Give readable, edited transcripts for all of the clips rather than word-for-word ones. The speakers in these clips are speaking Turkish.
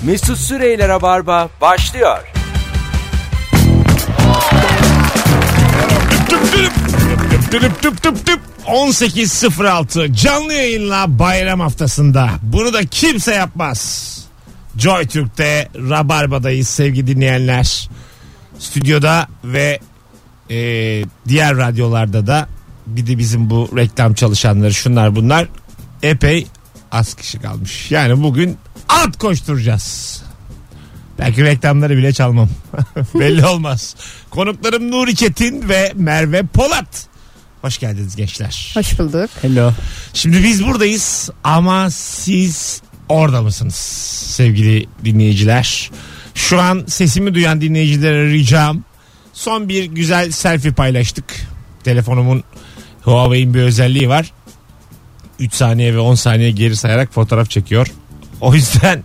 Mesut Süreyler'e barba başlıyor. Tüp tüp 18.06 canlı yayınla bayram haftasında. Bunu da kimse yapmaz. Joy Türk'te Rabarba'dayız sevgili dinleyenler. Stüdyoda ve diğer radyolarda da bir de bizim bu reklam çalışanları şunlar bunlar epey az kişi kalmış. Yani bugün at koşturacağız. Belki reklamları bile çalmam. Belli olmaz. Konuklarım Nuri Çetin ve Merve Polat. Hoş geldiniz gençler. Hoş bulduk. Hello. Şimdi biz buradayız ama siz orada mısınız sevgili dinleyiciler? Şu an sesimi duyan dinleyicilere ricam, son bir güzel selfie paylaştık. Telefonumun, Huawei'in bir özelliği var. 3 saniye ve 10 saniye geri sayarak fotoğraf çekiyor. O yüzden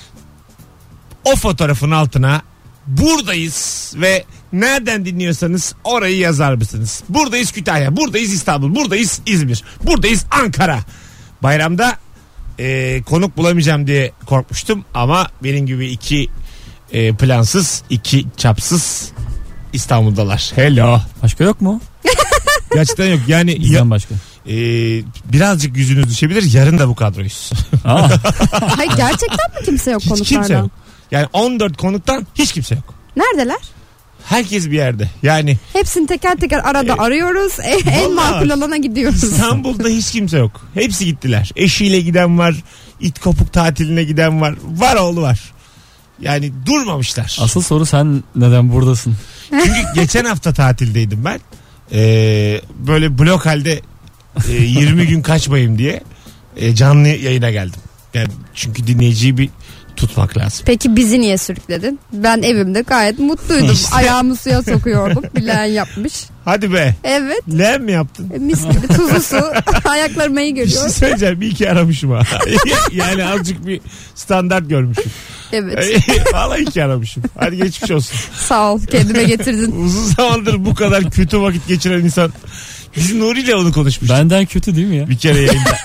o fotoğrafın altına buradayız ve nereden dinliyorsanız orayı yazar mısınız? Buradayız Kütahya, buradayız İstanbul, buradayız İzmir, buradayız Ankara. Bayramda konuk bulamayacağım diye korkmuştum ama benim gibi iki plansız, iki çapsız İstanbul'dalar. Hello. Başka yok mu? Gerçekten yok. Yani Bizden başka. Birazcık yüzünüz düşebilir. Yarın da bu kadroyuz. Hayır, gerçekten mi kimse yok Hiç konuklardan? kimse yok. Yani 14 konuktan hiç kimse yok. Neredeler? Herkes bir yerde. Yani Hepsini teker teker arada arıyoruz. En makul olana gidiyoruz. İstanbul'da hiç kimse yok. Hepsi gittiler. Eşiyle giden var. İt kopuk tatiline giden var. Var oğlu var. Yani durmamışlar. Asıl soru sen neden buradasın? Çünkü geçen hafta tatildeydim ben. Böyle blok halde 20 gün kaçmayayım diye canlı yayına geldim. Yani çünkü dinleyiciyi bir tutmak lazım. Peki bizi niye sürükledin? Ben evimde gayet mutluydum. İşte. Ayağımı suya sokuyordum. Bilen yapmış. Hadi be. Evet. Leğen mi yaptın? Mis gibi tuzlu su. Ayaklarıma iyi Bir şey görüyor. söyleyeceğim. Bir iki aramışım ha. Yani azıcık bir standart görmüşüm. Evet. Vallahi iki aramışım. Hadi geçmiş olsun. Sağ ol. Kendime getirdin. Uzun zamandır bu kadar kötü vakit geçiren insan. Bizim Nuri ile onu konuşmuştuk. Benden kötü değil mi ya? Bir kere yayında.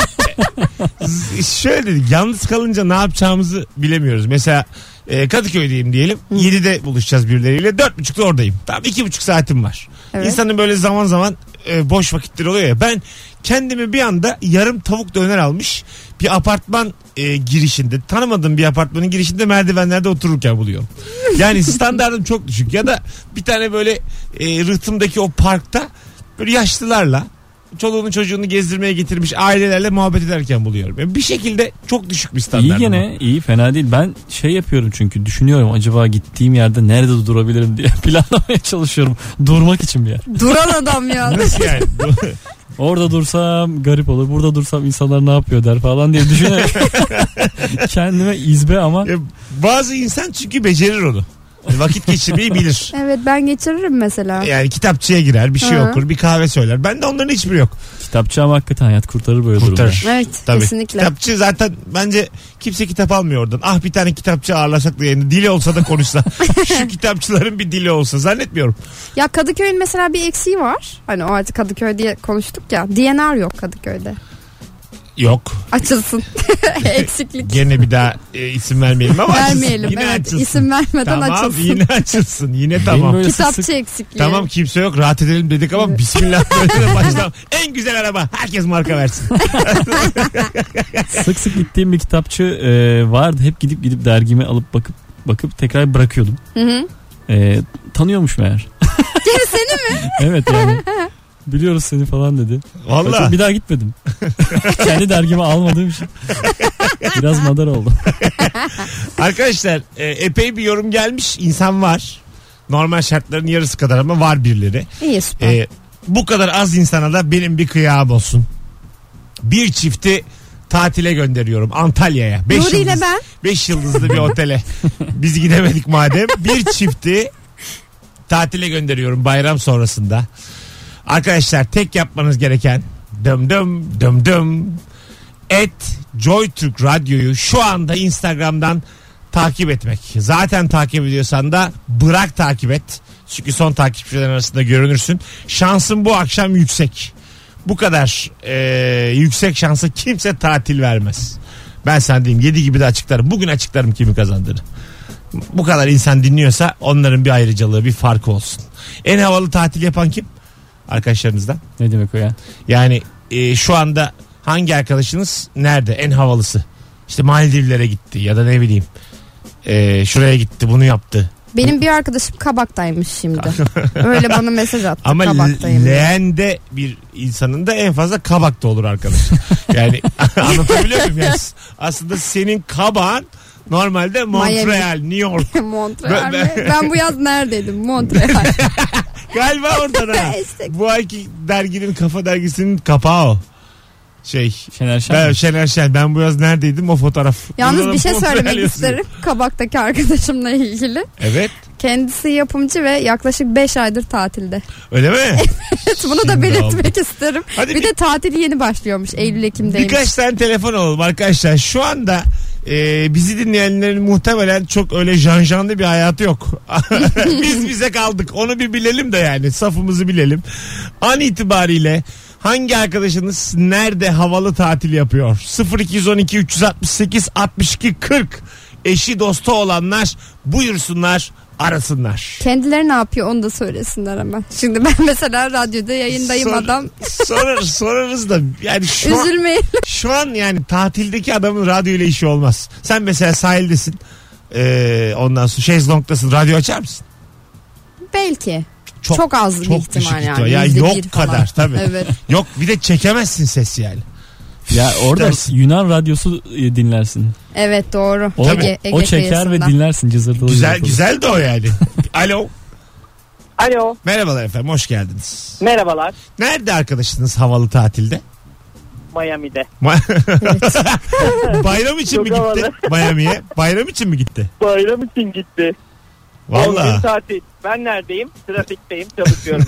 Şöyle dedik, yalnız kalınca ne yapacağımızı bilemiyoruz. Mesela Kadıköy'deyim diyelim. 7'de buluşacağız birileriyle. 4.30'da oradayım. Tamam, 2.5 saatim var. Evet. İnsanın böyle zaman zaman boş vakitleri oluyor ya. Ben kendimi bir anda yarım tavuk döner almış bir apartman girişinde, tanımadığım bir apartmanın girişinde merdivenlerde otururken buluyorum. Yani standartım çok düşük. Ya da bir tane böyle rıhtımdaki o parkta böyle yaşlılarla, çoluğunu çocuğunu gezdirmeye getirmiş ailelerle muhabbet ederken buluyorum. Yani bir şekilde çok düşük bir standart. İyi gene, iyi, fena değil. Ben şey yapıyorum çünkü düşünüyorum, acaba gittiğim yerde nerede durabilirim diye planlamaya çalışıyorum. Durmak için bir yer. Duran adam ya. Nasıl yani? Orada dursam garip olur, burada dursam insanlar ne yapıyor der falan diye düşünüyorum. Kendime izbe ama. Bazı insan çünkü becerir onu. Vakit geçirmeyi bilir. Evet, ben geçiririm mesela. Yani kitapçıya girer, bir şey Hı. okur, bir kahve söyler. Ben de onların hiçbiri yok. Kitapçı ama hakikaten hayat kurtarır böyle durumda. Evet, Tabii. kesinlikle. Kitapçı zaten bence kimse kitap almıyor oradan. Ah, bir tane kitapçı ağırlasak da yani dili olsa da konuşsa. Şu kitapçıların bir dili olsa, zannetmiyorum. Ya Kadıköy'ün mesela bir eksiği var. Hani o artık Kadıköy diye konuştuk ya. DNR yok Kadıköy'de. Yok. Açılsın. Eksiklik. Gene bir daha isim vermeyelim ama Vermeyelim. açılsın. Yine Evet, açılsın. isim vermeden Tamam, açılsın. yine açılsın. Yine Benim tamam. böyle Kitapçı eksikliği. Tamam, kimse yok, rahat edelim dedik ama bismillah böyle de başlayalım. En güzel araba, herkes marka versin. Sık sık gittiğim bir kitapçı vardı. Hep gidip dergimi alıp bakıp tekrar bırakıyordum. Hı. Tanıyormuş meğer. Seni mi? Evet yani. Biliyoruz seni falan dedi. Vallahi. Bir daha gitmedim. Kendi dergimi almadığım için. Biraz madar oldum. Arkadaşlar epey bir yorum gelmiş. İnsan var. Normal şartların yarısı kadar ama var birileri. İyi, süper. Bu kadar az insana da benim bir kıyağım olsun. Bir çifti tatile gönderiyorum Antalya'ya. Nuri ile ben. 5 yıldızlı bir otele. Biz gidemedik madem. Bir çifti tatile gönderiyorum bayram sonrasında. Arkadaşlar tek yapmanız gereken dım @JoyTürk Radyo'yu şu anda Instagram'dan takip etmek. Zaten takip ediyorsan da bırak takip et. Çünkü son takipçilerin arasında görünürsün. Şansın bu akşam yüksek. Bu kadar yüksek şansa kimse tatil vermez. Ben sana diyeyim 7 gibi de açıklarım. Bugün açıklarım kimi kazandığını. Bu kadar insan dinliyorsa onların bir ayrıcalığı, bir farkı olsun. En havalı tatil yapan kim? Arkadaşlarınızdan. Ne demek o ya? Yani şu anda hangi arkadaşınız nerede? En havalısı. İşte Maldivlere gitti ya da ne bileyim. Şuraya gitti, bunu yaptı. Benim bir arkadaşım Kabak'taymış şimdi. Öyle bana mesaj attı. Ama Kabak'tayım. leğende bir insanın da en fazla kabakta olur arkadaş. Yani anlatabiliyor muyum? Yani aslında senin kabağın normalde Montreal, New York. Montreal Ben- mi? Ben bu yaz neredeydim? Montreal. Galiba orada da. İşte. Bu ayki derginin, Kafa dergisinin kapağı o. Şener Şen Ben mi? Şener Şen. Ben bu yaz neredeydim, o fotoğraf. Yalnız Buradan bir şey Montreal söylemek yazıyor. isterim. Kabak'taki arkadaşımla ilgili. Evet. Kendisi yapımcı ve yaklaşık 5 aydır tatilde. Öyle mi? Bunu da Şimdi belirtmek oldu. isterim. Hadi Bir de tatil yeni başlıyormuş. Eylül-Ekim'deymiş. Birkaç tane telefon alalım arkadaşlar. Şu anda bizi dinleyenlerin muhtemelen çok öyle janjanlı bir hayatı yok. Biz bize kaldık. Onu bir bilelim de yani. Safımızı bilelim. An itibariyle hangi arkadaşınız nerede havalı tatil yapıyor? 0212 368 62 40. Eşi dostu olanlar buyursunlar, arasınlar. Kendileri ne yapıyor onu da söylesinler hemen. Şimdi ben mesela radyoda yayındayım adam. Sorarız da yani Üzülmeyin. şu an yani tatildeki adamın radyo ile işi olmaz. Sen mesela sahildesin. Ondan sonra şezlongdasın. Radyo açar mısın? Belki. Çok az bir çok düşük ihtimal ihtimal. yani. Ya %1 yok falan. kadar tabii. Evet. Yok bir de çekemezsin ses yani. Ya orada Dersin. Yunan radyosu dinlersin. Evet doğru. O, Ege o çeker ve kıyısında. dinlersin cızırtılı. Güzel cızırtılı. güzel de o yani. Alo. Alo, Merhabalar efendim, hoş geldiniz. merhabalar. Nerede arkadaşınız havalı tatilde? Miami'de. Bayram için Çok mi gitti havalı. Miami'ye? Bayram için mi gitti? Bayram için gitti. 10 gün Valla. tatil. Ben neredeyim? Trafikteyim, çalışıyorum.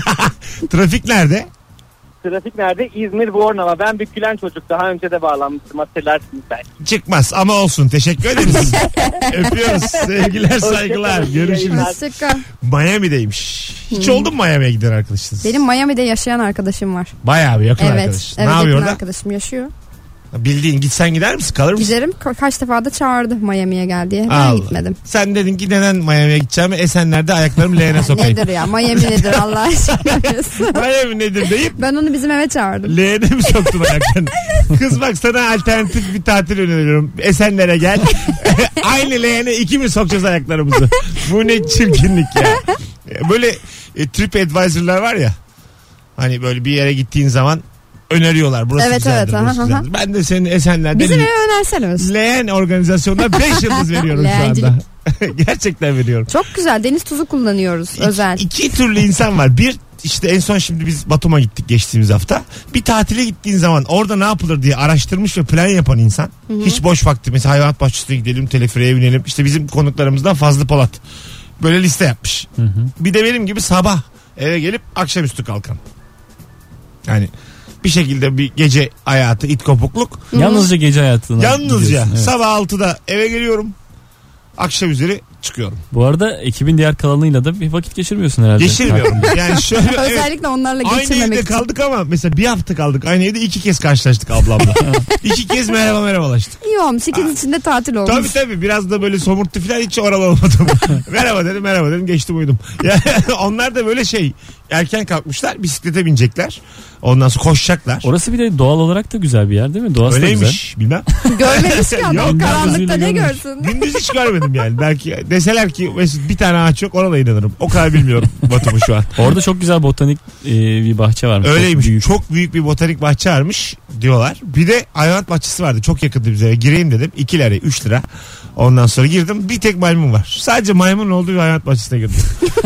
Trafik nerede? Trafik nerede? İzmir, Bornova. Ben Bükülen çocuk. Daha önce de bağlanmıştım. Hatırlarsınız belki. Çıkmaz ama olsun. Teşekkür ederiz. Öpüyoruz. Sevgiler, saygılar. Hoşçakalın. Görüşürüz. Hoşçakal. Miami'deymiş. Hiç oldu mu Miami'ye giden arkadaşınız? Benim Miami'de yaşayan arkadaşım var. Bayağı bir yakın Evet. arkadaş. Evet Ne yapıyor yakın orada? arkadaşım yaşıyor. Bildiğin gitsen gider misin? Kalır mısın? Giderim. Kaç defa da çağırdı Miami'ye gel diye. Ben Allah. gitmedim. Sen dedin ki neden Miami'ye gideceğimi, Esenler'de ayaklarımı leğene sokayım. Nedir ya? Miami nedir Allah aşkına? Miami nedir deyip Ben onu bizim eve çağırdım. leğene mi soktun ayaklarını? Kız bak, sana alternatif bir tatil öneriyorum. Esenler'e gel. Aynı leğene 2 mi sokacağız ayaklarımızı? Bu ne çirkinlik ya. Böyle trip advisor'lar var ya. Hani böyle bir yere gittiğin zaman öneriyorlar. Burası Evet, güzeldir, evet, burası aha, güzeldir. Ben de senin Esenler'de Bizim eve önersene Mesut. leğen organizasyonuna 5 yıldız veriyorum şu anda. Leğencilik. Gerçekten veriyorum. Çok güzel. Deniz tuzu kullanıyoruz. Özel. İki türlü insan var. Bir, işte en son şimdi biz Batum'a gittik geçtiğimiz hafta. Bir tatile gittiğin zaman orada ne yapılır diye araştırmış ve plan yapan insan. Hiç boş vakti. Mesela hayvanat bahçesine gidelim, teleferiğe binelim. İşte bizim konuklarımızdan Fazlı Polat. Böyle liste yapmış. Bir de benim gibi sabah eve gelip akşamüstü kalkan. Yani bir şekilde bir gece hayatı, it kopukluk. Yalnızca gece hayatına Yalnızca gidiyorsun, evet. sabah 6'da eve geliyorum. Akşam üzeri çıkıyorum. Bu arada ekibin diğer kalanıyla da bir vakit geçirmiyorsun herhalde. Geçirmiyorum. Yani şöyle evet, Özellikle onlarla aynı geçirmemek evde için. kaldık ama mesela bir hafta kaldık. Aynı evde 2 kez karşılaştık ablamla. 2 kez merhabalaştık. İyi olmuş. İkiniz için de tatil olmuş. Tabii biraz da böyle somurttu falan, hiç oralı olmadım. merhaba dedim geçtim uyudum. Yani onlar da böyle erken kalkmışlar, bisiklete binecekler. Ondan sonra koşacaklar. Orası bir de doğal olarak da güzel bir yer değil mi? Doğası da güzel. Öyleymiş bilmem. Görmemiş ki adam. Yok, Karanlıkta ne gözüyle görsün? Gündüz hiç görmedim yani. Belki deseler ki Mesut bir tane ağaç yok, ona da inanırım. O kadar bilmiyorum Batum'u şu an. Orada çok güzel botanik bir bahçe varmış. Öyleymiş. Çok büyük. Çok büyük bir botanik bahçe varmış diyorlar. Bir de hayvanat bahçesi vardı. Çok yakındı bize. Gireyim dedim. 2 lira 3 lira. Ondan sonra girdim. Bir tek maymun var. Sadece maymun olduğu bir hayvanat bahçesine girdim.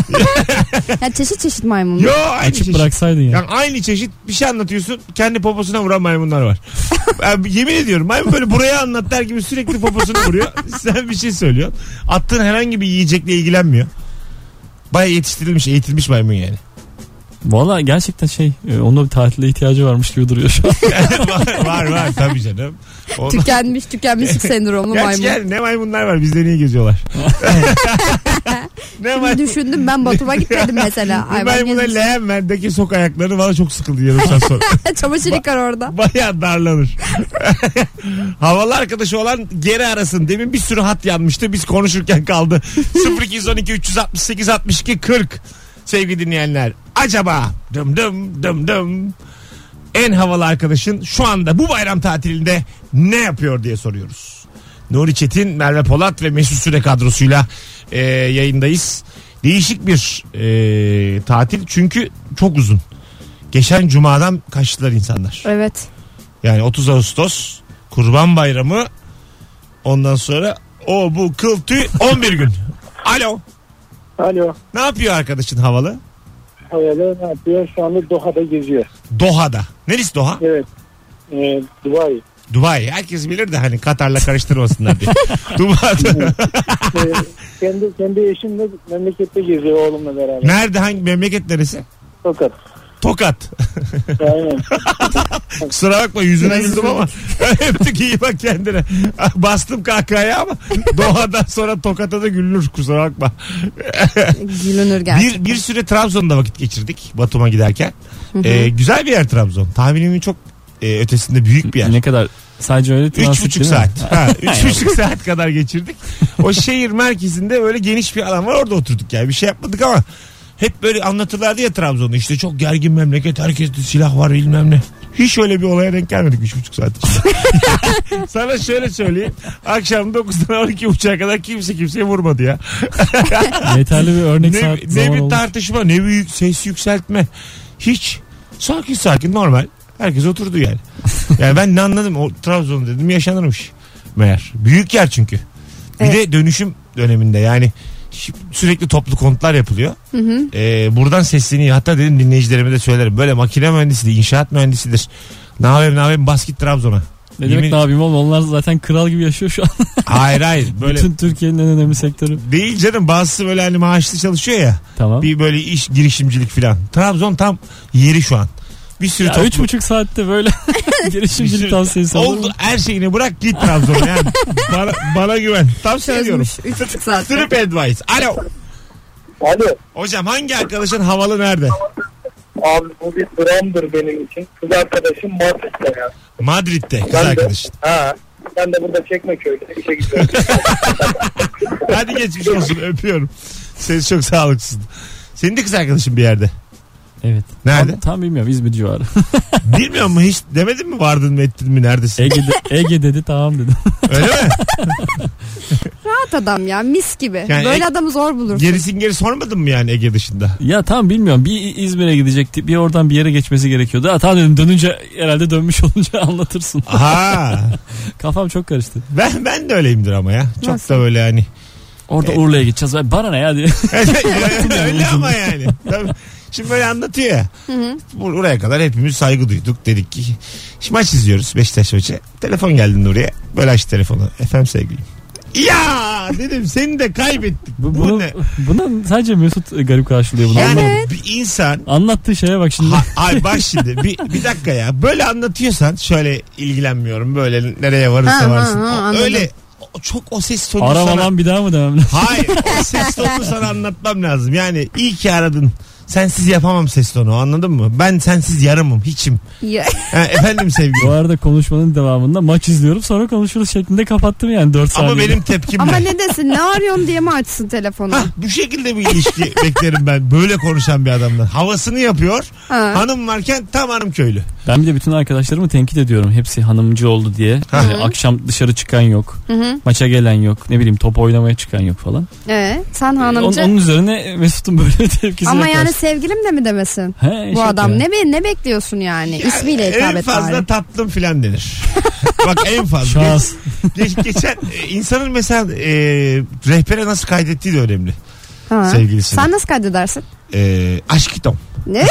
Yani çeşit maymun. Yo, aynı Açıp çeşit. bıraksaydın ya. Yani aynı çeşit bir şey anlatıyorsun. Kendi poposuna vuran maymunlar var. Ben yemin ediyorum, maymun böyle buraya anlat der gibi sürekli poposuna vuruyor. Sen bir şey söylüyorsun. Attığın herhangi bir yiyecekle ilgilenmiyor. Baya yetiştirilmiş, eğitilmiş maymun yani. Valla gerçekten onda bir tatile ihtiyacı varmış gibi duruyor şu an. var tabii canım. Tükenmişlik sendromlu Gerçi maymun. yani ne maymunlar var bizde niye geziyorlar? Şimdi düşündüm ben Batum'a gitmedim mesela. Bir maymuna gezmiş. leğen verdeki sok ayakları bana çok sıkıldı yarım saat sonra. Çamaşır yıkar orada. Bayağı darlanır. Havalı arkadaşı olan geri arasın. Demin bir sürü hat yanmıştı. Biz konuşurken kaldı. 0212 368 62 40 sevgili dinleyenler. Acaba dım dım dım dım en havalı arkadaşın şu anda bu bayram tatilinde ne yapıyor diye soruyoruz. Nuri Çetin, Merve Polat ve Mesut Süre kadrosuyla yayındayız. Değişik bir tatil çünkü çok uzun. Geçen cumadan kaçtılar insanlar. Evet. Yani 30 Ağustos, Kurban Bayramı, ondan sonra bu kıl tüy 11 gün. Alo. Alo. Ne yapıyor arkadaşın havalı? Havalı ne yapıyor? Şu anda Doha'da geziyor. Doha'da. Neresi Doha? Evet. Dubai. Dubai. Herkes bilir de hani Katar'la karıştırmasınlar diye. Dubai'de. Kendi eşimle memlekette geziyor oğlumla beraber. Nerede? Hangi memleket neresi? Fakat. Tokat. Aynen. Kusura bakma yüzüne güldüm ama öptük iyi bak kendine. Bastım kahkahaya ama Doha'dan sonra Tokat'a da gülünür kusura bakma. Gülünür gerçekten. Bir süre Trabzon'da vakit geçirdik Batum'a giderken. Güzel bir yer Trabzon. Tahminimin çok ötesinde büyük bir yer. Ne kadar sadece öyle transit 3,5 saat. 3,5 saat kadar geçirdik. O şehir merkezinde öyle geniş bir alan var orada oturduk yani bir şey yapmadık ama hep böyle anlatırlardı ya Trabzon'da işte çok gergin memleket herkeste silah var bilmem ne. Hiç öyle bir olaya denk gelmedik 3,5 saat içinde. Sana şöyle söyleyeyim. Akşam 9'dan 12.30'a kadar kimse kimseye vurmadı ya. Yeterli bir örnek saat Ne zaman bir olmuş. tartışma ne büyük ses yükseltme. Hiç. Sakin normal. Herkes oturdu yani. Yani ben ne anladım o Trabzon dedim yaşanırmış meğer. Büyük yer çünkü. Bir de dönüşüm döneminde yani sürekli toplu konutlar yapılıyor. Buradan sesleniyor. Hatta dedim dinleyicilerime de söylerim. Böyle makine mühendisidir, inşaat mühendisidir. Ne yapayım bas git Trabzon'a. Ne demek ne yapayım oğlum onlar zaten kral gibi yaşıyor şu an. Hayır. Böyle bütün Türkiye'nin en önemli sektörü. değil canım bazısı böyle hani maaşlı çalışıyor ya. Tamam. Bir böyle iş girişimcilik filan. Trabzon tam yeri şu an. Bir sürü Ya 3,5 saatte böyle girişimcilik tavsiyesi olur mu? oldu. Her şeyini bırak git Trabzon'a yani. bana güven. Tavsiye ediyorum. Çözmüş 3,5 saat. Trip advice. Alo. Alo. Hocam hangi arkadaşın havalı nerede? Abi bu bir dramdır benim için. Kız arkadaşım Madrid'de ya. Madrid'de kız Ben de- arkadaşın. Ben de burada Çekmeköy'de işe gidiyorum. Hadi geçmiş olsun öpüyorum. Sen çok sağlıklısın. Senin de kız arkadaşın bir yerde. Evet. Nerede? Tam bilmiyorum İzmir civarı. Bilmiyor mu hiç demedin mi vardın mı ettin mi neredesin? Ege dedi tamam dedim. Öyle mi? Rahat adam ya mis gibi. Yani Böyle adamı zor bulursun. Gerisin geri sormadın mı yani Ege dışında? Ya tam bilmiyorum bir İzmir'e gidecekti bir oradan bir yere geçmesi gerekiyordu. Ha, tamam dedim dönünce herhalde dönmüş olunca anlatırsın. Aha. Kafam çok karıştı. Ben de öyleyimdir ama ya. Çok Nasıl? da böyle hani. Orada Urla'ya gideceğiz. Bana ne ya diye. Öyle ama yani. Tabii. Şimdi böyle anlatıyor ya. Buraya kadar hepimiz saygı duyduk. Dedik ki şimdi maç izliyoruz Beşiktaş maçı. Telefon geldi Nuriye. Böyle aç telefonu. Efendim sevgilim. Ya dedim seni de kaybettik. Bu ne? Buna sadece Mesut garip karşılıyor bunu. Yani Anlamadım. bir insan Anlattığı şeye bak şimdi. ay bak şimdi bir dakika ya. Böyle anlatıyorsan şöyle ilgilenmiyorum. Böyle nereye varırsa varsın. anladım. Öyle çok o ses tonu sana. Aramadan bir daha mı demem lazım? Hayır o ses tonunu sana anlatmam lazım. Yani iyi ki aradın. Sensiz yapamam ses tonu anladın mı? Ben sensiz yarımım hiçim. Ya. Efendim Bu sevgilim. arada konuşmanın devamında maç izliyorum sonra konuşuruz şeklinde kapattım yani 4 saniye. Ama benim tepkim Ama ne? ne desin ne arıyorsun diye mi açsın telefonu? Hah, bu şekilde bir ilişki beklerim ben. Böyle konuşan bir adamdan. Havasını yapıyor. Ha. Hanım varken tam hanım köylü. Ben bir de bütün arkadaşlarımı tenkit ediyorum. Hepsi hanımcı oldu diye. Böyle akşam dışarı çıkan yok. Maça gelen yok. Ne bileyim top oynamaya çıkan yok falan. Sen hanımcı. Onun üzerine Mesut'un böyle bir tepkisi Ama yaklaştı. yani sevgilim de mi demesin? He, Bu eşek adam ya. ne bekliyorsun yani? İsmiyle hitap En et fazla bari. tatlım filan denir. Bak en fazla. Şahs. Geçen insanın mesela rehbere nasıl kaydettiği de önemli. Ha. Sevgilisini. Sen nasıl kaydedersin? Aşkitom. Ne?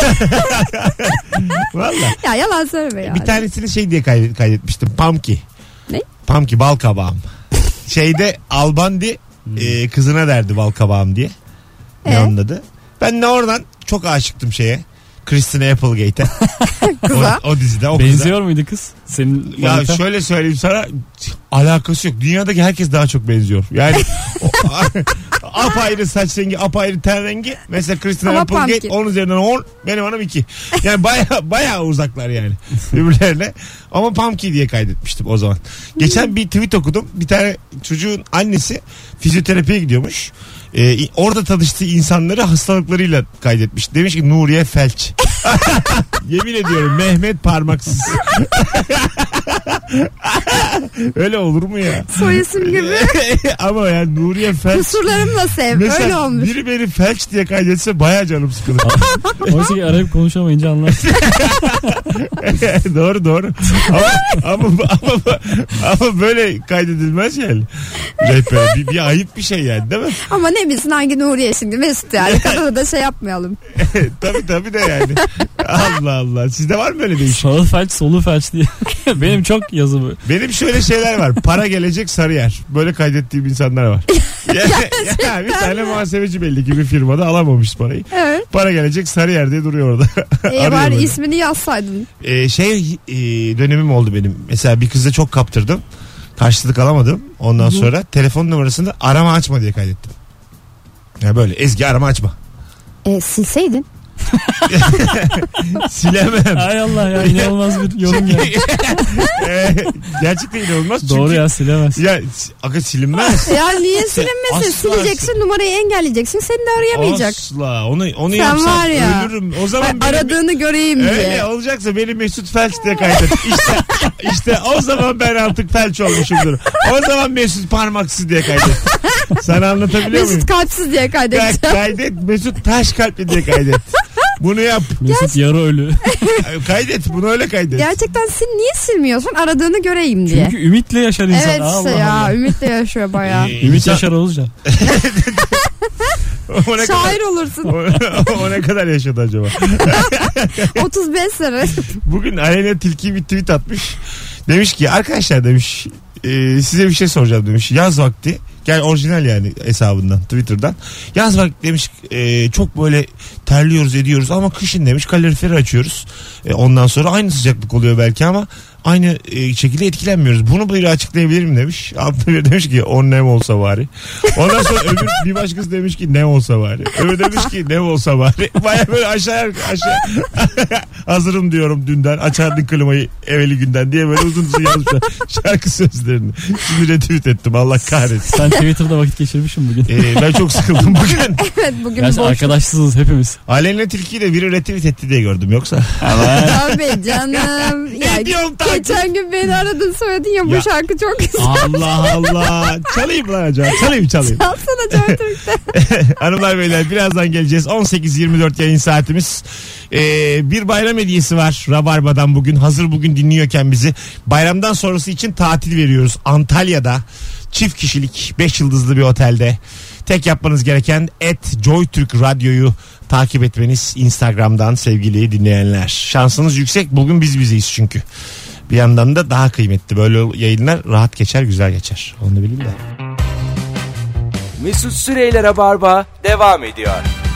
Valla. Ya yalan söyleme ya. Bir tanesini şey diye kaydetmiştim. Pamki. Ne? Pamki bal kabağım. Şeyde Albandi kızına derdi bal kabağım diye. Ne anladı? Ben de oradan çok aşıktım şeye. Christina Applegate'e. Kıza. O dizide o kıza. Benziyor muydu kız? Senin Ya manita? şöyle söyleyeyim sana, alakası yok. Dünyadaki herkes daha çok benziyor. Yani apayrı saç rengi, apayrı ten rengi. Mesela Christina Ama Applegate pumpkin. 10 üzerinden 10, benim hanım 2. Yani baya uzaklar yani birbirlerine. Ama pumpkin diye kaydetmiştim o zaman. Geçen bir tweet okudum. Bir tane çocuğun annesi fizyoterapiye gidiyormuş. Orada tanıştığı insanları hastalıklarıyla kaydetmiş. Demiş ki Nuriye Felç. Yemin ediyorum Mehmet Parmaksız. Öyle olur mu ya? Soy isim gibi. Ama yani Nuriye Felç. Kusurlarımla sev. Mesela Öyle olmuş. biri beni felç diye kaydetse baya canım sıkılır. Oysa ki arayıp konuşamayınca anlarsın. Doğru. Ama böyle kaydedilmez yani. Bir ayıp bir şey yani, değil mi? Ama ne bilsin hangi Nuriye şimdi Mesut yani. Kadını da şey yapmayalım. Tabii de yani. Allah Allah. Sizde var mı öyle bir iş? Sağı felç solu felç diye. Benim çok yazı bu. Benim şöyle şeyler var. Para gelecek Sarıyer. Böyle kaydettiğim insanlar var. Ya bir tane muhasebeci belli ki bir firmada alamamış parayı. Evet. Para gelecek Sarıyer diye duruyor orada. Arıyor Bari böyle. ismini yazsaydın. Dönemim oldu benim. Mesela bir kızla çok kaptırdım. Karşılık alamadım. Ondan sonra telefon numarasını arama açma diye kaydettim. Ya böyle Ezgi arama açma. Silseydin. Silemem. Hay Allah ya, inanılmaz bir yorum ya. Gerçekten inanılmaz. Doğru çünkü, ya, silemez. Ya aga silinmez. Ya niye silinmesin? Asla Sileceksin, numarayı engelleyeceksin. Seni de arayamayacak. Asla. Onu Sen yapsam var ya. ölürüm. O zaman Aradığını göreyim diye. öyle olacaksa beni Mesut Felç diye kaydet. İşte o zaman ben artık felç olmuşumdur. O zaman Mesut Parmaksız diye kaydet. Sana anlatabiliyor muyum? Mesut kalpsiz diye kaydedeceğim. Kaydet. Mesut Taş kalpli diye kaydet. Bunu yap. Mesut yarı ölü. Kaydet. Bunu öyle kaydet. Gerçekten niye silmiyorsun? Aradığını göreyim diye. Çünkü ümitle yaşar insan. Evet Allah işte ya. Allah. Ümitle yaşıyor bayağı. Ümit Yaşar Oğuzcan. O ne Şair olursun. o ne kadar yaşadı acaba? 35 sene. Bugün Aleyna Tilki bir tweet atmış. Demiş ki arkadaşlar demiş size bir şey soracağım demiş. Yaz vakti. Yani orijinal yani hesabından, Twitter'dan. Yaz vakti demiş çok böyle terliyoruz ediyoruz ama kışın demiş kaloriferi açıyoruz. Ondan sonra aynı sıcaklık oluyor belki ama aynı şekilde etkilenmiyoruz. Bunu böyle açıklayabilirim demiş. Altında bir demiş ki o nem olsa bari. Ondan sonra öbür bir başkası demiş ki ne olsa bari. Öbür demiş ki ne olsa bari. Baya böyle aşağı hazırım diyorum dünden. Açardın klimayı evveli günden diye böyle uzun yazmışlar şarkı sözlerini. Şimdi retweet ettim, Allah kahretsin. Sen Twitter'da vakit geçirmişsin bugün. Ben çok sıkıldım bugün. Evet bugün Gerçi boş. arkadaşsızız hepimiz. Aleyna Tilki'yi de biri retweet etti diye gördüm yoksa. Tabii canım. Ne diyorum takip? Geçen gün beni aradın söyledin ya bu Ya. şarkı çok güzel. Allah Allah. Çalayım lan acaba. Çalayım. Çalsana Joytürk'te. Hanımlar beyler birazdan geleceğiz. 18.24 yayın saatimiz. Bir bayram hediyesi var Rabarba'dan bugün. Hazır bugün dinliyorken bizi. Bayramdan sonrası için tatil veriyoruz. Antalya'da çift kişilik 5 yıldızlı bir otelde. Tek yapmanız gereken @JoyTürk Radyo'yu takip etmeniz Instagram'dan sevgili dinleyenler. Şansınız yüksek. Bugün biz bizeyiz çünkü. Bir yandan da daha kıymetli. Böyle yayınlar rahat geçer, güzel geçer. Onu da bilin de. Mesut Süreyler'e barba devam ediyor.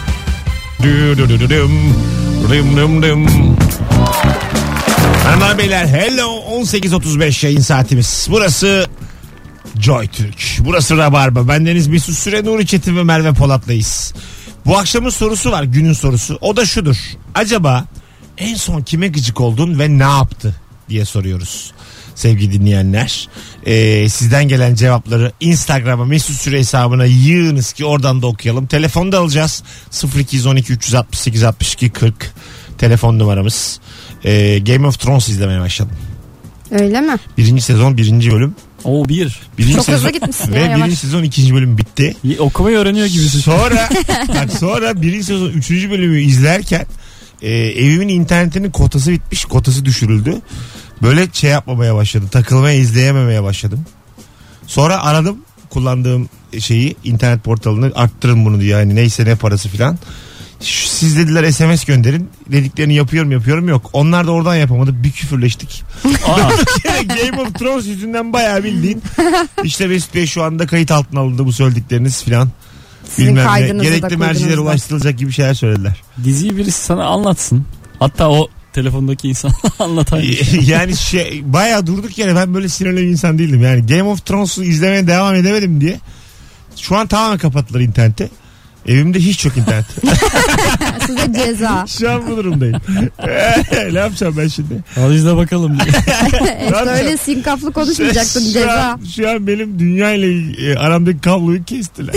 Hanımlar beyler hello, 18.35 yayın saatimiz. Burası JoyTürk. Burası Rabarba. Bendeniz Mesut Süre, Nuri Çetin ve Merve Polat'layız. Bu akşamın sorusu var, günün sorusu. O da şudur. Acaba en son kime gıcık oldun ve ne yaptı diye soruyoruz. Sevgili dinleyenler, sizden gelen cevapları Instagram'a Mesut Süre hesabına yığınız ki oradan da okuyalım. Telefonda alacağız. 0212 368 62 40 telefon numaramız. Game of Thrones izlemeye başladım. Öyle mi? 1. sezon 1. bölüm. O bir. Çok hızlı gitmişsin ve ya, yavaş. 1. sezon 2. bölüm bitti. Okumayı öğreniyor gibisin. Sonra 1. sezon 3. bölümü izlerken evimin internetinin kotası bitmiş. Kotası düşürüldü. Böyle şey yapmamaya başladım. Takılmaya, izleyememeye başladım. Sonra aradım kullandığım şeyi, internet portalını, arttırın bunu diye, yani neyse ne parası filan. Siz dediler SMS gönderin. Dediklerini yapıyorum yok. Onlar da oradan yapamadı. Bir küfürleştik. Game of Thrones yüzünden bayağı bildiğin. İşte Mesut Bey şu anda kayıt altına alındı bu söyledikleriniz filan. Sizin Bilmem ne. kaydınızı da Gerekli koydunuz mercilere da. ulaştırılacak gibi şeyler söylediler. Diziyi birisi sana anlatsın. Hatta o telefondaki insan anlatan. Yani bayağı durduk yere ben böyle sinirli bir insan değildim. Yani Game of Thrones'u izlemeye devam edemedim diye. Şu an tamamen kapattılar interneti. Evimde hiç yok internet. Size ceza. Şu an bu durumdayım. Ne yapacağım ben şimdi? Al izle bakalım diye. Öyle sinkaflı konuşmayacaktın, ceza. Şu an benim dünya ile aramdaki kabloyu kestiler.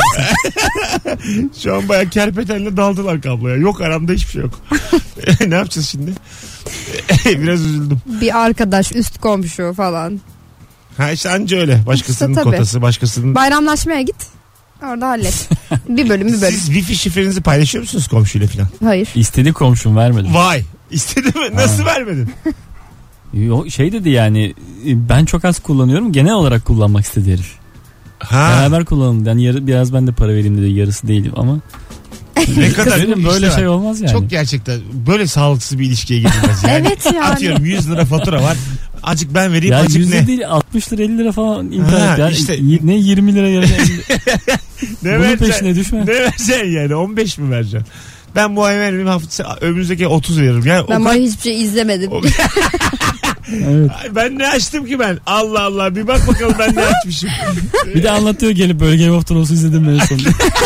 Şu an bayağı kerpetenle daldılar kabloya. Yok, aramda hiçbir şey yok. Ne yapacağız şimdi? Biraz üzüldüm. Bir arkadaş, üst komşu falan. Ha işte anca öyle. Başkasının İşte kotası, başkasının... Bayramlaşmaya git. Orada hallet. Bir bölüm. Siz wifi şifrenizi paylaşıyor musunuz komşuyla falan? Hayır. İstedi komşum, vermedim. Vay. İstedi mi? Nasıl vermedin? Şey dedi yani, ben çok az kullanıyorum, genel olarak kullanmak istedi herif. Beraber kullanalım. Yani biraz ben de para vereyim dedi, yarısı değilim ama. Ne kadar böyle işte şey olmaz yani. Çok gerçekten böyle sağlıksız bir ilişkiye girilmez yani. Evet yani. Atıyorum 100 lira fatura var. Acık ben vereyim, ya acık 100 ne? değil 60 lira 50 lira falan internet. Yani işte, ne 20 lira yarın. Bunun peşine düşme. Ne vereceksin yani, 15 mi vereceksin? Ben bu ay vermeyeyim, hafta önümüzdeki 30 veririm. Yani ben böyle hiçbir şey izlemedim. Evet. Ben ne açtım ki ben? Allah Allah, bir bak bakalım ben ne açmışım. Bir de anlatıyor gelip böyle Game of Thrones'u izledim en sonunda.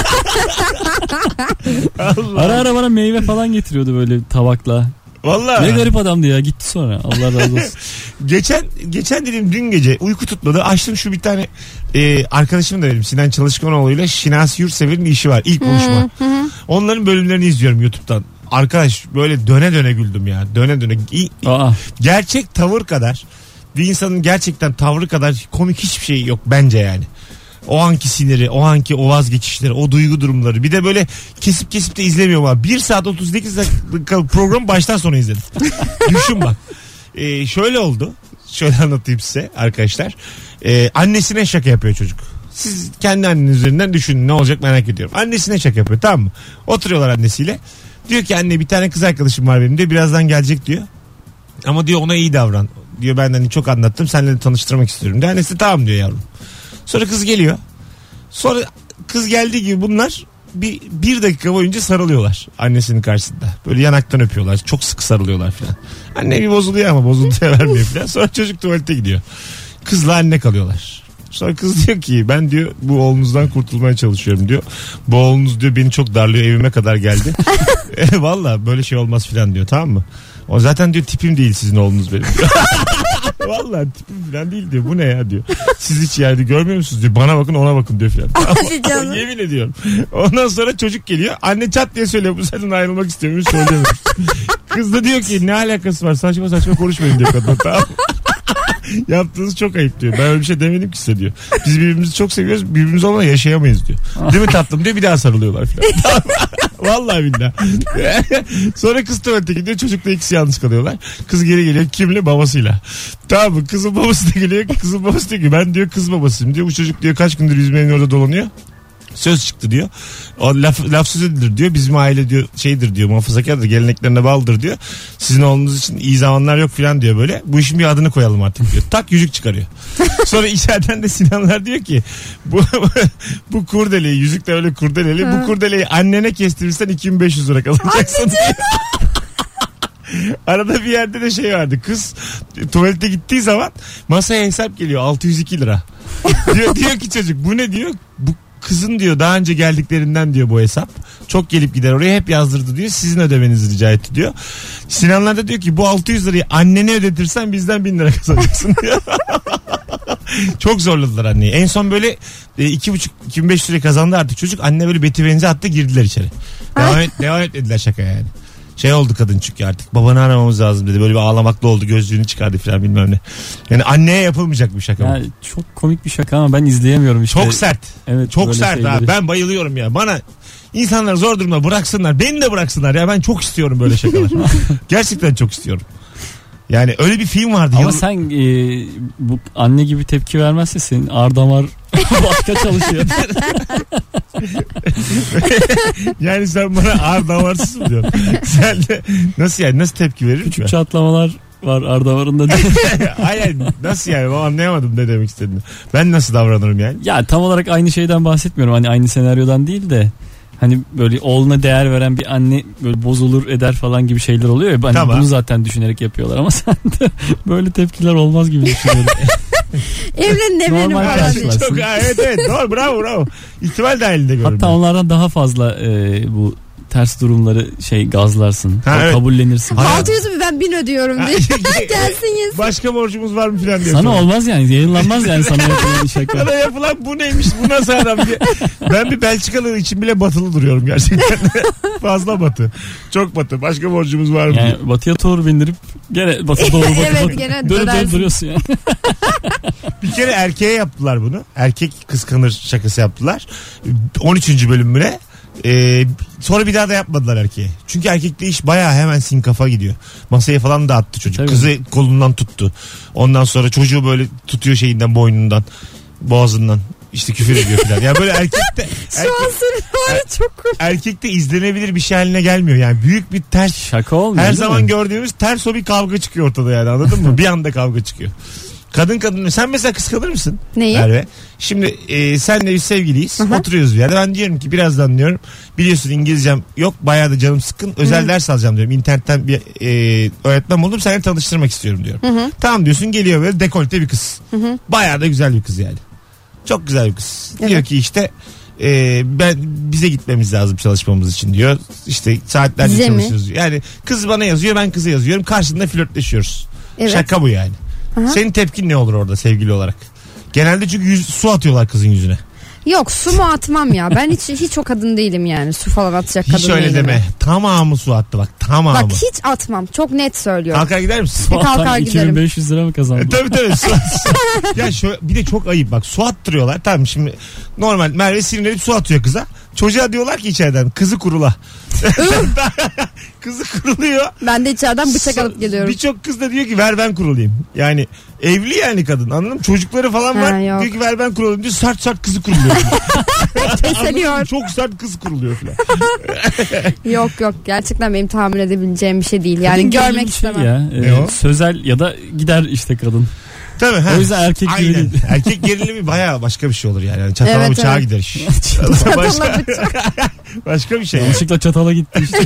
Ara ara bana meyve falan getiriyordu böyle tabakla. Vallahi. Ne garip adamdı ya, gitti sonra. Allah razı olsun. Geçen dedim, dün gece uyku tutmadı. Açtım şu bir tane arkadaşım da benim, Sinan Çalışkanoğlu'yla Şinasi Yurtsever'in işi var. İlk buluşma. Onların bölümlerini izliyorum YouTube'dan. Arkadaş böyle döne döne güldüm ya. Döne döne. Gerçek tavır kadar, bir insanın gerçekten tavrı kadar komik hiçbir şey yok bence yani. O anki siniri, o anki o vazgeçişleri, o duygu durumları. Bir de böyle kesip de izlemiyorum abi. 1 saat 38 dakika program baştan sona izledim. Düşün bak. Şöyle oldu. Şöyle anlatayım size arkadaşlar. Annesine şaka yapıyor çocuk. Siz kendi anneniz üzerinden düşünün, ne olacak merak ediyorum. Annesine şaka yapıyor, tamam mı? Oturuyorlar annesiyle. Diyor ki anne, bir tane kız arkadaşım var benim diyor. Birazdan gelecek diyor. Ama diyor ona iyi davran. Diyor ben hani çok anlattım, seninle de tanıştırmak istiyorum diyor. Annesi tamam diyor yavrum. Sonra kız geliyor. Sonra kız geldiği gibi bunlar bir dakika boyunca sarılıyorlar annesinin karşısında. Böyle yanaktan öpüyorlar. Çok sıkı sarılıyorlar falan. Anne bir bozuluyor ama bozuntuya vermiyor falan. Sonra çocuk tuvalete gidiyor. Kızla anne kalıyorlar. Sonra kız diyor ki ben diyor bu oğlunuzdan kurtulmaya çalışıyorum diyor. Bu oğlunuz diyor beni çok darlıyor, evime kadar geldi. Valla böyle şey olmaz falan diyor, tamam mı? O zaten diyor tipim değil sizin oğlunuz benim diyor. Vallahi tipim falan değil diyor. Bu ne ya diyor. Siz hiç yerde görmüyor musunuz diyor. Bana bakın ona bakın diyor falan. Yemin ediyorum. Ondan sonra çocuk geliyor. Anne çat diye söylüyor. Bu senden ayrılmak istemiyorum. Söylemiyor. Kız da diyor ki ne alakası var? Saçma saçma konuşmayın diyor kadın. Tamam. Yaptığınız çok ayıp diyor. Ben öyle bir şey demedim ki size diyor. Biz birbirimizi çok seviyoruz. Birbirimiz olmadan yaşayamayız diyor. Değil mi tatlım diyor. Bir daha sarılıyorlar falan. Vallahi billahi. Sonra kız tuvalete gidiyor. Çocukla ikisi yalnız kalıyorlar. Kız geri geliyor. Kimle? Babasıyla. Tamam mı? Kızın babası da geliyor. Kızın babası diyor ki ben diyor kız babasıyım diyor. Bu çocuk diyor kaç gündür bizim evin orada dolanıyor. Söz çıktı diyor. O laf sözüdür diyor. Bizim aile diyor şeydir diyor, muhafazakardır, geleneklerine bağlıdır diyor. Sizin oğlunuz için iyi zamanlar yok falan diyor böyle. Bu işin bir adını koyalım artık diyor. Tak yüzük çıkarıyor. Sonra içeriden de Sinanlar diyor ki bu kurdeleyi, yüzük de öyle kurdeleli. Bu kurdeleyi annene kestirirsen 2500 lira kazanacaksın diyor. Arada bir yerde de şey vardı. Kız tuvalete gittiği zaman masaya hesap geliyor 602 lira. diyor ki çocuk bu ne diyor? Bu kızın diyor daha önce geldiklerinden diyor bu hesap. Çok gelip gider oraya, hep yazdırdı diyor. Sizin ödemenizi rica etti diyor. Sinanlar da diyor ki bu 600 lirayı annene ödetirsen bizden 1000 lira kazanacaksın diyor. Çok zorladılar anneyi. En son böyle 2,5-2,500 lira kazandı artık çocuk. Anne böyle beti benzi attı, girdiler içeri. Devam et dediler şaka yani. Şey oldu kadın çünkü artık babanı aramamız lazım dedi. Böyle bir ağlamaklı oldu, gözlüğünü çıkardı falan bilmem ne. Yani anneye yapılmayacak bir şaka ya, bu. Çok komik bir şaka ama ben izleyemiyorum işte. Çok sert. Evet, çok sert abi. Ben bayılıyorum ya. Bana insanlar zor durumda bıraksınlar. Beni de bıraksınlar ya. Ben çok istiyorum böyle şakalar. Gerçekten çok istiyorum. Yani öyle bir film vardı. Ama sen bu anne gibi tepki vermezse senin ardamar başka çalışıyor. Yani sen bana ardamarsız mı diyorsun? Sen de nasıl yani, nasıl tepki veririm Küçük çatlamalar var ardamarında. Hayır, nasıl yani, ben anlayamadım ne demek istediğini. Ben nasıl davranırım yani? Ya tam olarak aynı şeyden bahsetmiyorum. Hani aynı senaryodan değil de Hani böyle oğluna değer veren bir anne böyle bozulur eder falan gibi şeyler oluyor ya. Hani Tamam. bunu zaten düşünerek yapıyorlar ama sen de böyle tepkiler olmaz gibi düşünüyorum. Evlenin Normal falan. karşılar. Çok evet doğru bravo. İhtimal dahilinde görüyorum. Hatta onlardan daha fazla bu ters durumları gazlarsın. Evet. Kabullenirsin. Hayır. 600 mü ben 1000 ödüyorum diye. Gelsin yesin. Başka borcumuz var mı filan diye. Sana sonra. olmaz yani, yayınlanmaz yani sana yapılan şaka. Sana yapılan bu neymiş, bu nasıl adam diye. Ben bir Belçikalı için bile batılı duruyorum gerçekten. Fazla batı. Çok batı. Başka borcumuz var mı? Yani batıya doğru bindirip gene batı doğru batı Evet, batı. gene Dönüp dönersin. duruyorsun yani. Bir kere erkeğe yaptılar bunu. Erkek kıskanır şakası yaptılar. 13. bölümüne. Sonra bir daha da yapmadılar erkeğe. Çünkü erkekte iş bayağı hemen sinkafa gidiyor. Masaya falan da attı çocuk. Tabii. Kızı kolundan tuttu. Ondan sonra çocuğu böyle tutuyor şeyinden, boynundan, boğazından. İşte küfür ediyor falan. Yani böyle erkekte Şu an senin var ya çok komik. erkekte izlenebilir bir şey haline gelmiyor. Yani büyük bir ters. Şaka olmuyor. Her değil zaman mi? gördüğümüz ters o bir kavga çıkıyor ortada yani, anladın mı? Bir anda kavga çıkıyor. Kadın sen mesela kıskanır mısın? Neyi? Merve. Şimdi senle biz sevgiliyiz. Aha. Oturuyoruz bir yerde. Ben diyorum ki birazdan diyorum. Biliyorsun İngilizcem yok. Bayağı da canım sıkkın. Özel ders alacağım diyorum. İnternetten bir öğretmen buldum. Seninle tanıştırmak istiyorum diyorum. Tamam diyorsun, geliyor böyle dekolte bir kız. Bayağı da güzel bir kız yani. Çok güzel bir kız. Evet. Diyor ki işte bize gitmemiz lazım çalışmamız için diyor. İşte saatlerce Bize mi? çalışıyoruz. Yani kız bana yazıyor, ben kıza yazıyorum. Karşında flörtleşiyoruz. Evet. Şaka bu yani. Aha. Senin tepkin ne olur orada sevgili olarak? Genelde çünkü su atıyorlar kızın yüzüne. Yok, su mu atmam ya. Ben hiç o kadın değilim yani. Su falan atacak kadın Hiç öyle değilim. deme. Tamamı su attı bak. Tamamı. Bak hiç atmam. Çok net söylüyorum. Kalkar gider misin? Kalkar Vatan giderim. 2500 lira mı kazandın? Tabii. Ya şöyle, bir de çok ayıp bak, su attırıyorlar. Tamam, şimdi normal Merve sinirlenip su atıyor kıza. Çocuğa diyorlar ki içeriden kızı kurula. Kızı kuruluyor. Ben de içeriden bıçak alıp geliyorum. Birçok kız da diyor ki ver ben kurulayım. Yani evli yani kadın, anladın mı? Çocukları falan Ha, var. yok. Diyor ki ver ben kurulayım diyor. Sert kızı kuruluyor. Keseliyor. Çok sert kız kuruluyor falan. Yok gerçekten benim tahammül edebileceğim bir şey değil. Yani Kadın görmek gerilim şey istemem. ya, Ne o? sözel ya da gider işte kadın. Tabii. O yüzden erkek gibi Aynen. değil. Erkek gerilimi bayağı başka bir şey olur yani. Yani çatala Evet, bıçağa evet. gider iş. Çatalla başka, bıçak. başka bir şey. Yanlışlıkla çatala gitti işte.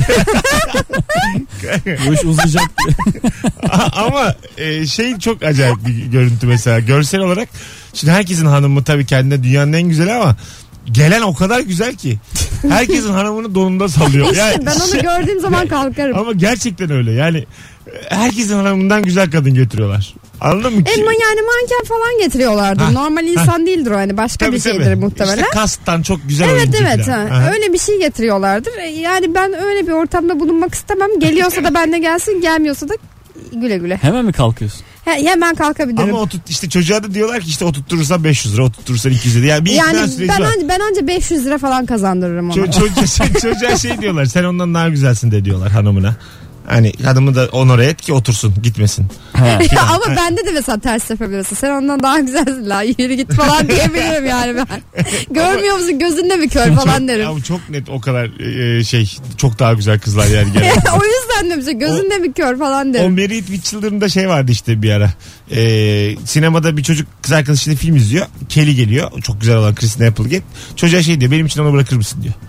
Bu iş uzayacak diye. Ama şey çok acayip bir görüntü mesela. Görsel olarak. Şimdi herkesin hanımı tabii kendine dünyanın en güzeli ama gelen o kadar güzel ki. Herkesin hanımını donunda sallıyor. İşte Yani, ben onu gördüğüm zaman kalkarım. ama gerçekten öyle. Yani herkesin hanımından güzel kadın getiriyorlar. Anladın mı? Ama yani manken falan getiriyorlardır. Ha, Normal insan değildir o, hani başka Tabii, bir şeydir tabii. muhtemelen. İşte kastan çok güzel Evet oyuncu evet falan. ha. Aha. Öyle bir şey getiriyorlardır. Yani ben öyle bir ortamda bulunmak istemem. Geliyorsa da benimle gelsin, gelmiyorsa da güle güle. Hemen mi kalkıyorsun? Hemen kalkabilirim. Ama işte çocuğa da diyorlar ki işte oturturursan 500 lira, oturturursan 200 lira. Yani bir ikna Yani süreci var. ben anca 500 lira falan kazandırırım ona. Çocuğa şey diyorlar, sen ondan daha güzelsin de diyorlar hanımına. Hani hanımı da onore et ki otursun, gitmesin. Ya ama bende de mesela ters yapabilirsin. Sen ondan daha güzelsin la, yürü git falan diyebilirim yani ben. Görmüyor musun, gözünde mi kör falan derim. Ama çok net o kadar çok daha güzel kızlar yani genelde. O yüzden de bir şey, gözünde mi kör falan O derim. Married with Children'da şey vardı işte bir ara. Sinemada bir çocuk kız arkadaşıyla film izliyor. Kelly geliyor. Çok güzel olan Christina Applegate. Çocuğa şey diyor, benim için onu bırakır mısın diyor.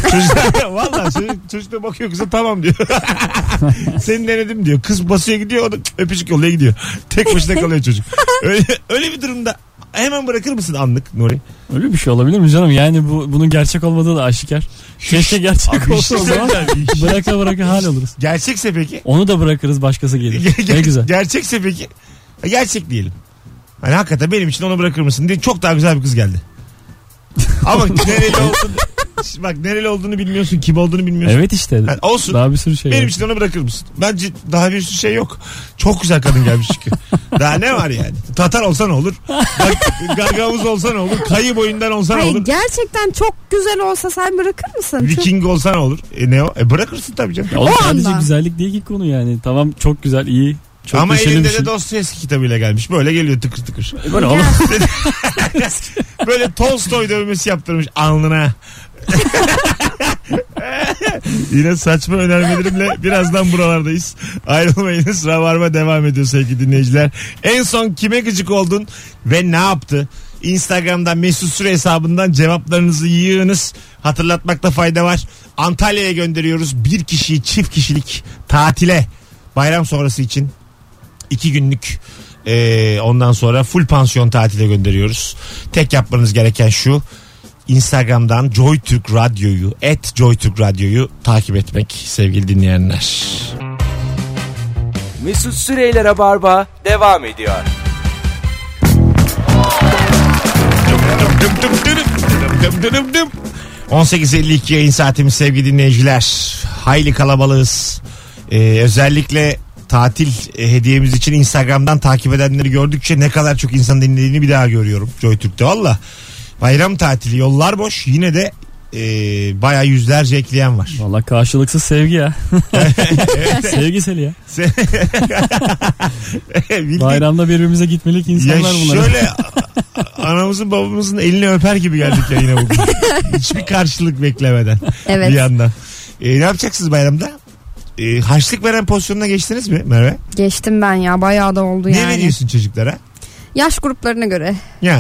Valla çocuk da bakıyor kıza, tamam diyor. Seni denedim diyor. Kız basıyor gidiyor, o da öpücük yolluya gidiyor. Tek başına kalıyor çocuk. Öyle bir durumda hemen bırakır mısın anlık Nuri? Öyle bir şey olabilir mi canım? Yani bunun gerçek olmadığı da aşikar. Keşke gerçek Abi, olsa, o zaman bıraka hal oluruz. Gerçekse peki? Onu da bırakırız, başkası gelir. Ne güzel. Gerçekse peki? Gerçek diyelim. Hani hakikaten benim için onu bırakır mısın diye çok daha güzel bir kız geldi. Ama nereli olduğunu, bak nereli olduğunu bilmiyorsun, kim olduğunu bilmiyorsun. Evet işte. Yani olsun. Daha bir sürü şey Benim var. için onu bırakır mısın? Bence daha bir sürü şey yok. Çok güzel kadın gelmiş çünkü. Daha ne var yani? Tatar olsa ne olur? Gagavuz olsa ne olur? Kayı boyundan olsa ne Hayır, olur? gerçekten çok güzel olsa sen bırakır mısın? Viking olsa ne olur? Ne o? Bırakırsın tabii canım. Ya oğlum, O sadece anda. güzellik değil ki konu yani. Tamam, çok güzel, iyi. Çok ama neşeli elinde bir şey. de Dostoyevski kitabıyla gelmiş. Böyle geliyor tıkır tıkır. Böyle oğlum. Böyle Tolstoy dövmesi yaptırmış alnına. Yine saçma önermelerimle birazdan buralardayız. Ayrılmayınız. Rabarba devam ediyor sevgili dinleyiciler. En son kime gıcık oldun ve ne yaptı? Instagram'dan Mesut Süre hesabından cevaplarınızı yığınız. Hatırlatmakta fayda var. Antalya'ya gönderiyoruz. Bir kişiyi çift kişilik tatile bayram sonrası için 2 günlük ondan sonra full pansiyon tatile gönderiyoruz. Tek yapmanız gereken şu: Instagram'dan JoyTürk Radyo'yu @JoyTürkRadyo'yu takip etmek sevgili dinleyenler. Mesut Süreyler'e barba devam ediyor. 18.52 yayın saatimiz sevgili dinleyiciler. Hayli kalabalığız. Özellikle tatil hediyemiz için Instagram'dan takip edenleri gördükçe ne kadar çok insan dinlediğini bir daha görüyorum JoyTürk'te. Valla bayram tatili, yollar boş, yine de bayağı yüzlerce ekleyen var. Valla karşılıksız sevgi ya. Sevgiseli ya. Bayramda birbirimize gitmelik insanlar bunlar. Şöyle anamızın babamızın elini öper gibi geldik yayına bugün. Hiçbir karşılık beklemeden. Evet. Bir yandan. Ne yapacaksınız bayramda? Harçlık veren pozisyonuna geçtiniz mi Merve? Geçtim ben ya, bayağı da oldu yani. Ne veriyorsun çocuklara? Yaş gruplarına göre.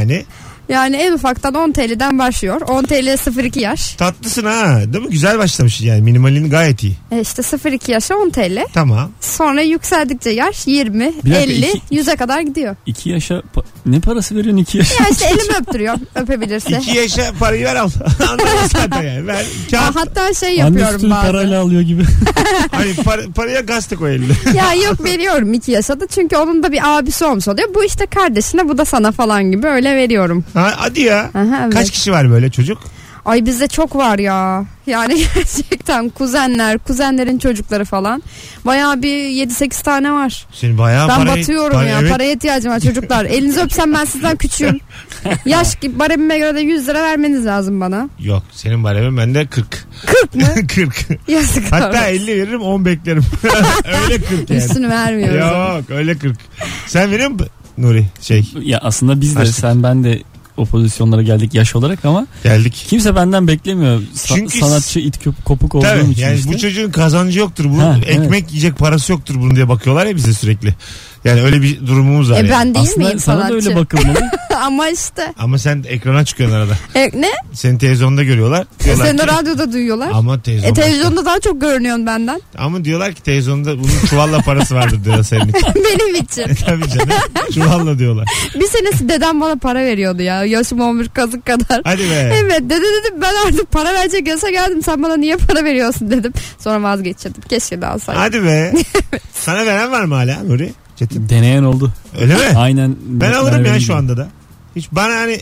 Yani en ufaktan 10 TL'den başlıyor. 10 TL 0-2 yaş. Tatlısın ha, değil mi? Güzel başlamışsın yani. Minimalin gayet iyi. İşte 0-2 yaşa 10 TL. Tamam. Sonra yükseldikçe yaş 20, Bir dakika, 50, 100'e kadar gidiyor. 2 yaşa ne parası veriyorsun 2 yaşa? Ya işte elimi öptürüyor öpebilirse. 2 yaşa parayı ver al. Anladın zaten yani. Ver, kağıt. Hatta şey Anne yapıyorum sütünü bazen. parayla alıyor gibi. Hani paraya gazete koy eline. Ya yok, veriyorum 2 yaşa da, çünkü onun da bir abisi olmuş oluyor. Bu işte kardeşine, bu da sana falan gibi öyle veriyorum. Ha, hadi ya. Aha, evet. Kaç kişi var böyle çocuk? Ay bizde çok var ya. Yani gerçekten kuzenlerin çocukları falan. Bayağı bir 7-8 tane var. Senin bayağı Ben batıyorum ya. Evet. Paraya ihtiyacım var çocuklar. Elinizi öpsem ben sizden küçüğüm. Yaş baremime göre de 100 lira vermeniz lazım bana. Yok, senin baremin bende 40. 40 mı? 40. Yazık. Hatta 50 veririm, 10 beklerim. Öyle 40 yani. Üstünü vermiyoruz. Yok, öyle 40. Sen veriyor musun Nuri? Ya aslında biz de Açtık. sen ben de o pozisyonlara geldik yaş olarak ama Geldik. kimse benden beklemiyor. Çünkü Sanatçı it kopuk olduğum tabii, için yani işte. bu çocuğun kazancı yoktur. Bu Ha, ekmek evet. yiyecek parası yoktur bunun diye bakıyorlar ya bize sürekli. Yani öyle bir durumumuz var. Yani. Ben değil Aslında miyim sana sanatçı? da öyle bakılmalı. Ama işte. Ama sen ekrana çıkıyorsun arada. Ne? Seni televizyonda görüyorlar. Diyorlar Seni de ki, radyoda duyuyorlar. ama Televizyonda daha çok görünüyorsun benden. Ama diyorlar ki televizyonda bunun çuvalla parası vardır diyorlar senin için. Benim için. Tabii canım. Çuvalla diyorlar. Bir senesi dedem bana para veriyordu ya. Yaşım olmuş kazık kadar. Hadi be. Evet dede dedim, ben artık para verecek yaşa geldim, sen bana niye para veriyorsun dedim. Sonra vazgeçirdim. Keşke de alsaydım. Hadi be. Sana veren var mı hala Nuri? Çetin. Deneyen oldu. Öyle mi? Aynen. Ben alırım ya Merve'nin şu anda da. Hiç bana hani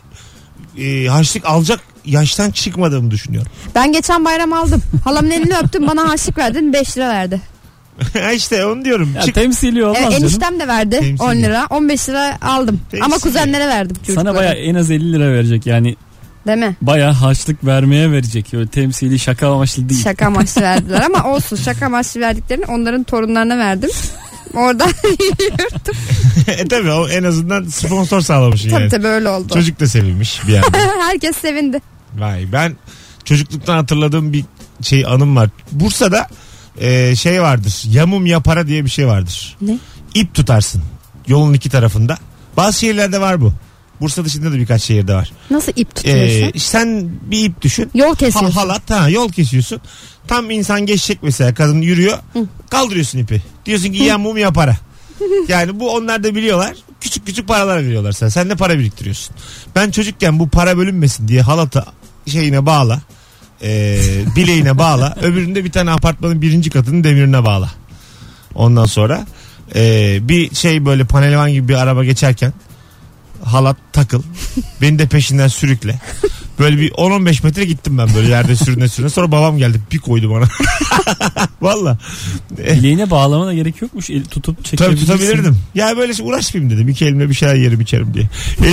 harçlık alacak yaştan çıkmadığımı düşünüyorum. Ben geçen bayram aldım. Halamın elini öptüm, bana harçlık verdin, 5 lira verdi. İşte onu diyorum. Ya temsili olmaz Evet, canım. eniştem de verdi Temsili. 10 lira. 15 lira aldım. Temsili. Ama kuzenlere verdim çocuklara. Sana baya en az 50 lira verecek yani. Değil mi? Baya harçlık vermeye verecek. Öyle temsili şaka amaçlı değil. Şaka amaçlı verdiler ama olsun, şaka amaçlı verdiklerini onların torunlarına verdim. Oradan yürüttüm. Tabii o en azından sponsor sağlamışsın yani. Tabii öyle oldu. Çocuk da sevinmiş bir yandan. Herkes sevindi. Vay, ben çocukluktan hatırladığım bir anım var. Bursa'da şey vardır. Yamum yapara diye bir şey vardır. Ne? İp tutarsın yolun iki tarafında. Bazı şehirlerde var bu. Bursa dışında da birkaç şehirde var. Nasıl ip tutuyorsun? Sen bir ip düşün. Yol kesiyorsun. Halat, yol kesiyorsun. Tam insan geçecek mesela, kadın yürüyor. Kaldırıyorsun ipi. Diyorsun ki yamum yapara. Yani bu onlar da biliyorlar. Küçük küçük paralar veriyorlar sana. Sen de para biriktiriyorsun. Ben çocukken bu para bölünmesin diye halata şeyine bağla. Bileğine bağla. Öbüründe bir tane apartmanın 1. katının demirine bağla. Ondan sonra bir böyle panelvan gibi bir araba geçerken halat takıl. Beni de peşinden sürükle. Böyle bir 10-15 metre gittim ben böyle yerde sürüne. Sonra babam geldi, bir koydu bana. Valla. Bileğine bağlamana gerek yokmuş. Tutup Tabii çekebilirsin. tutabilirdim. Ya böyle uğraşmayayım dedim. İki elimle bir şeyler yerim içerim diye.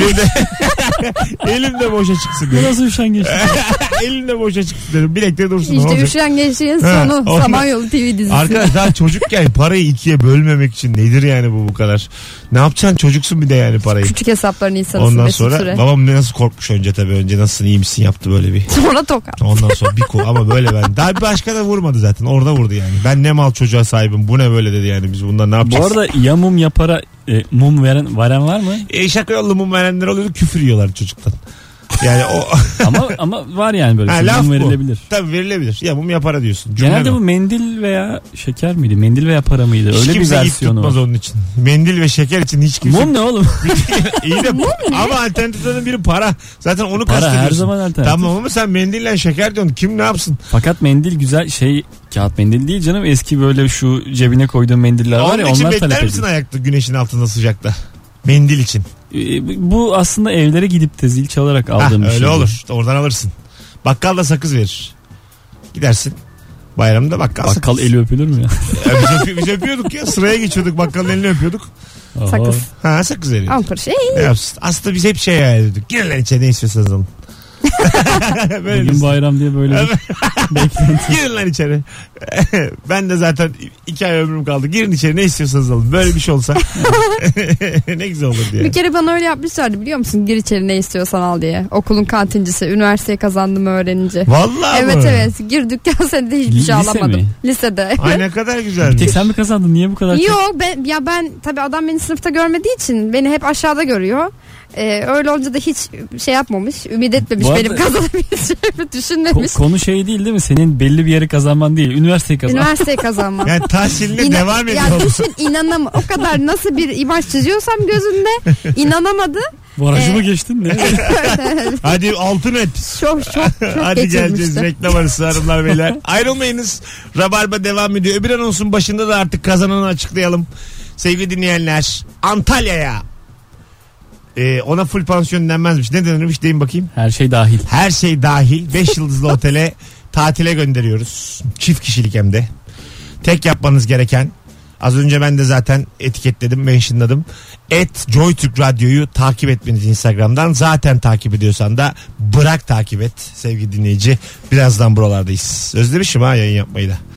Elimde boşa çıksın Bu dedim. nasıl üşengeç? Elimde boşa çıksın dedim. Bilekleri dursun. İşte olacak? üşengeçliğin Ha, sonu. ondan- Samanyolu TV dizisi. Arkadaş daha çocukken parayı ikiye bölmemek için nedir yani bu kadar? Ne yapacaksın, çocuksun bir de yani parayı. Küçük hesapların insanı. Ondan sonra babam nasıl korkmuş önce tabii. Önce nasılsın, iyi misin yaptı böyle bir. Sonra tokat. Ondan sonra bir ama böyle ben. Daha bir başka da vurmadı zaten. Orada vurdu yani. Ben ne mal çocuğa sahibim. Bu ne böyle dedi yani. Biz bundan ne Bu yapacağız? arada yamum yapara mum veren var mı? Şaka yollu mum verenler oluyordu, küfür yiyorlar çocuktan. Yani o ama var yani böyle ha, mum verilebilir. Tabii verilebilir. Ya mum yapara diyorsun. Genelde bu mendil veya şeker miydi? Mendil veya para mıydı? Hiç öyle bir versiyonu tutmaz var. onun için. Mendil ve şeker için hiç kimse. Mum ne oğlum? İyi de ama alternatiflerden biri para. Zaten onu para kastediyorsun. her zaman alternatif. Tamam ama sen mendille şeker diyorsun. Kim ne yapsın? Fakat mendil güzel kağıt mendil değil canım. Eski böyle şu cebine koyduğun mendiller var ya, onun için onlar talep bekler misin ediyor. ayakta güneşin altında sıcakta? Mendil için. Bu aslında evlere gidip de zil çalarak aldığım bir şey. Öyle olur. Oradan alırsın. Bakkal da sakız verir. Gidersin. Bayramda bakkal eli öpülür mü ya? Biz öpüyorduk ya. Sıraya geçiyorduk. Bakkalın elini öpüyorduk. Sakız. Sakız veriyor. Ampır şey. Ne yapsın? Aslında biz hep hayal ediyorduk. Girin lan içeri, ne istiyorsanız alın. Bugün bayram diye böyle bir beklenti. Girin lan içeri. Ben de zaten 2 ay ömrüm kaldı. Girin içeri, ne istiyorsanız alın. Böyle bir şey olsa ne güzel olur diye. Bir kere bana öyle yapmışlardı, biliyor musun? Gir içeri, ne istiyorsan al diye. Okulun kantincisi. Üniversiteyi kazandım öğrenince. Vallahi Evet mı? evet. Gir dükkan, senede hiçbir Lise şey alamadım. mi? Lisede. Ay ne kadar güzel. Bir tek sen mi kazandın? Niye bu kadar çok? Yok ben tabii adam beni sınıfta görmediği için beni hep aşağıda görüyor. Öyle olunca da hiç şey yapmamış, ümit etmemiş, Bu arada- benim kazanabileceğimi düşünmemiş. Konu şey değil mi? Senin belli bir yeri kazanman değil. Üniversiteyi kazanman. Üniversiteyi kazanmam. Yani tahsiline devam ediyor. Ya düşün, o kadar nasıl bir imaj çiziyorsam gözünde, inanamadı. Barajı mı geçtin ne? Hadi altın et. Çok Hadi geleceğiz, geçirmişti. reklam arası hanımlar beyler. Ayrılmayınız. Rabarba devam ediyor. Öbür anonsun başında da artık kazananı açıklayalım. Sevgili dinleyenler, Antalya'ya ona full pansiyon denmezmiş. Ne denirmiş deyin bakayım. Her şey dahil. Her şey dahil 5 yıldızlı otele tatile gönderiyoruz. Çift kişilik hem de. Tek yapmanız gereken, az önce ben de zaten etiketledim, mentionladım. @JoyTürk Radyo'yu takip etmeniz Instagram'dan. Zaten takip ediyorsan da bırak takip et sevgili dinleyici. Birazdan buralardayız. Özlemişim yayın yapmayı da.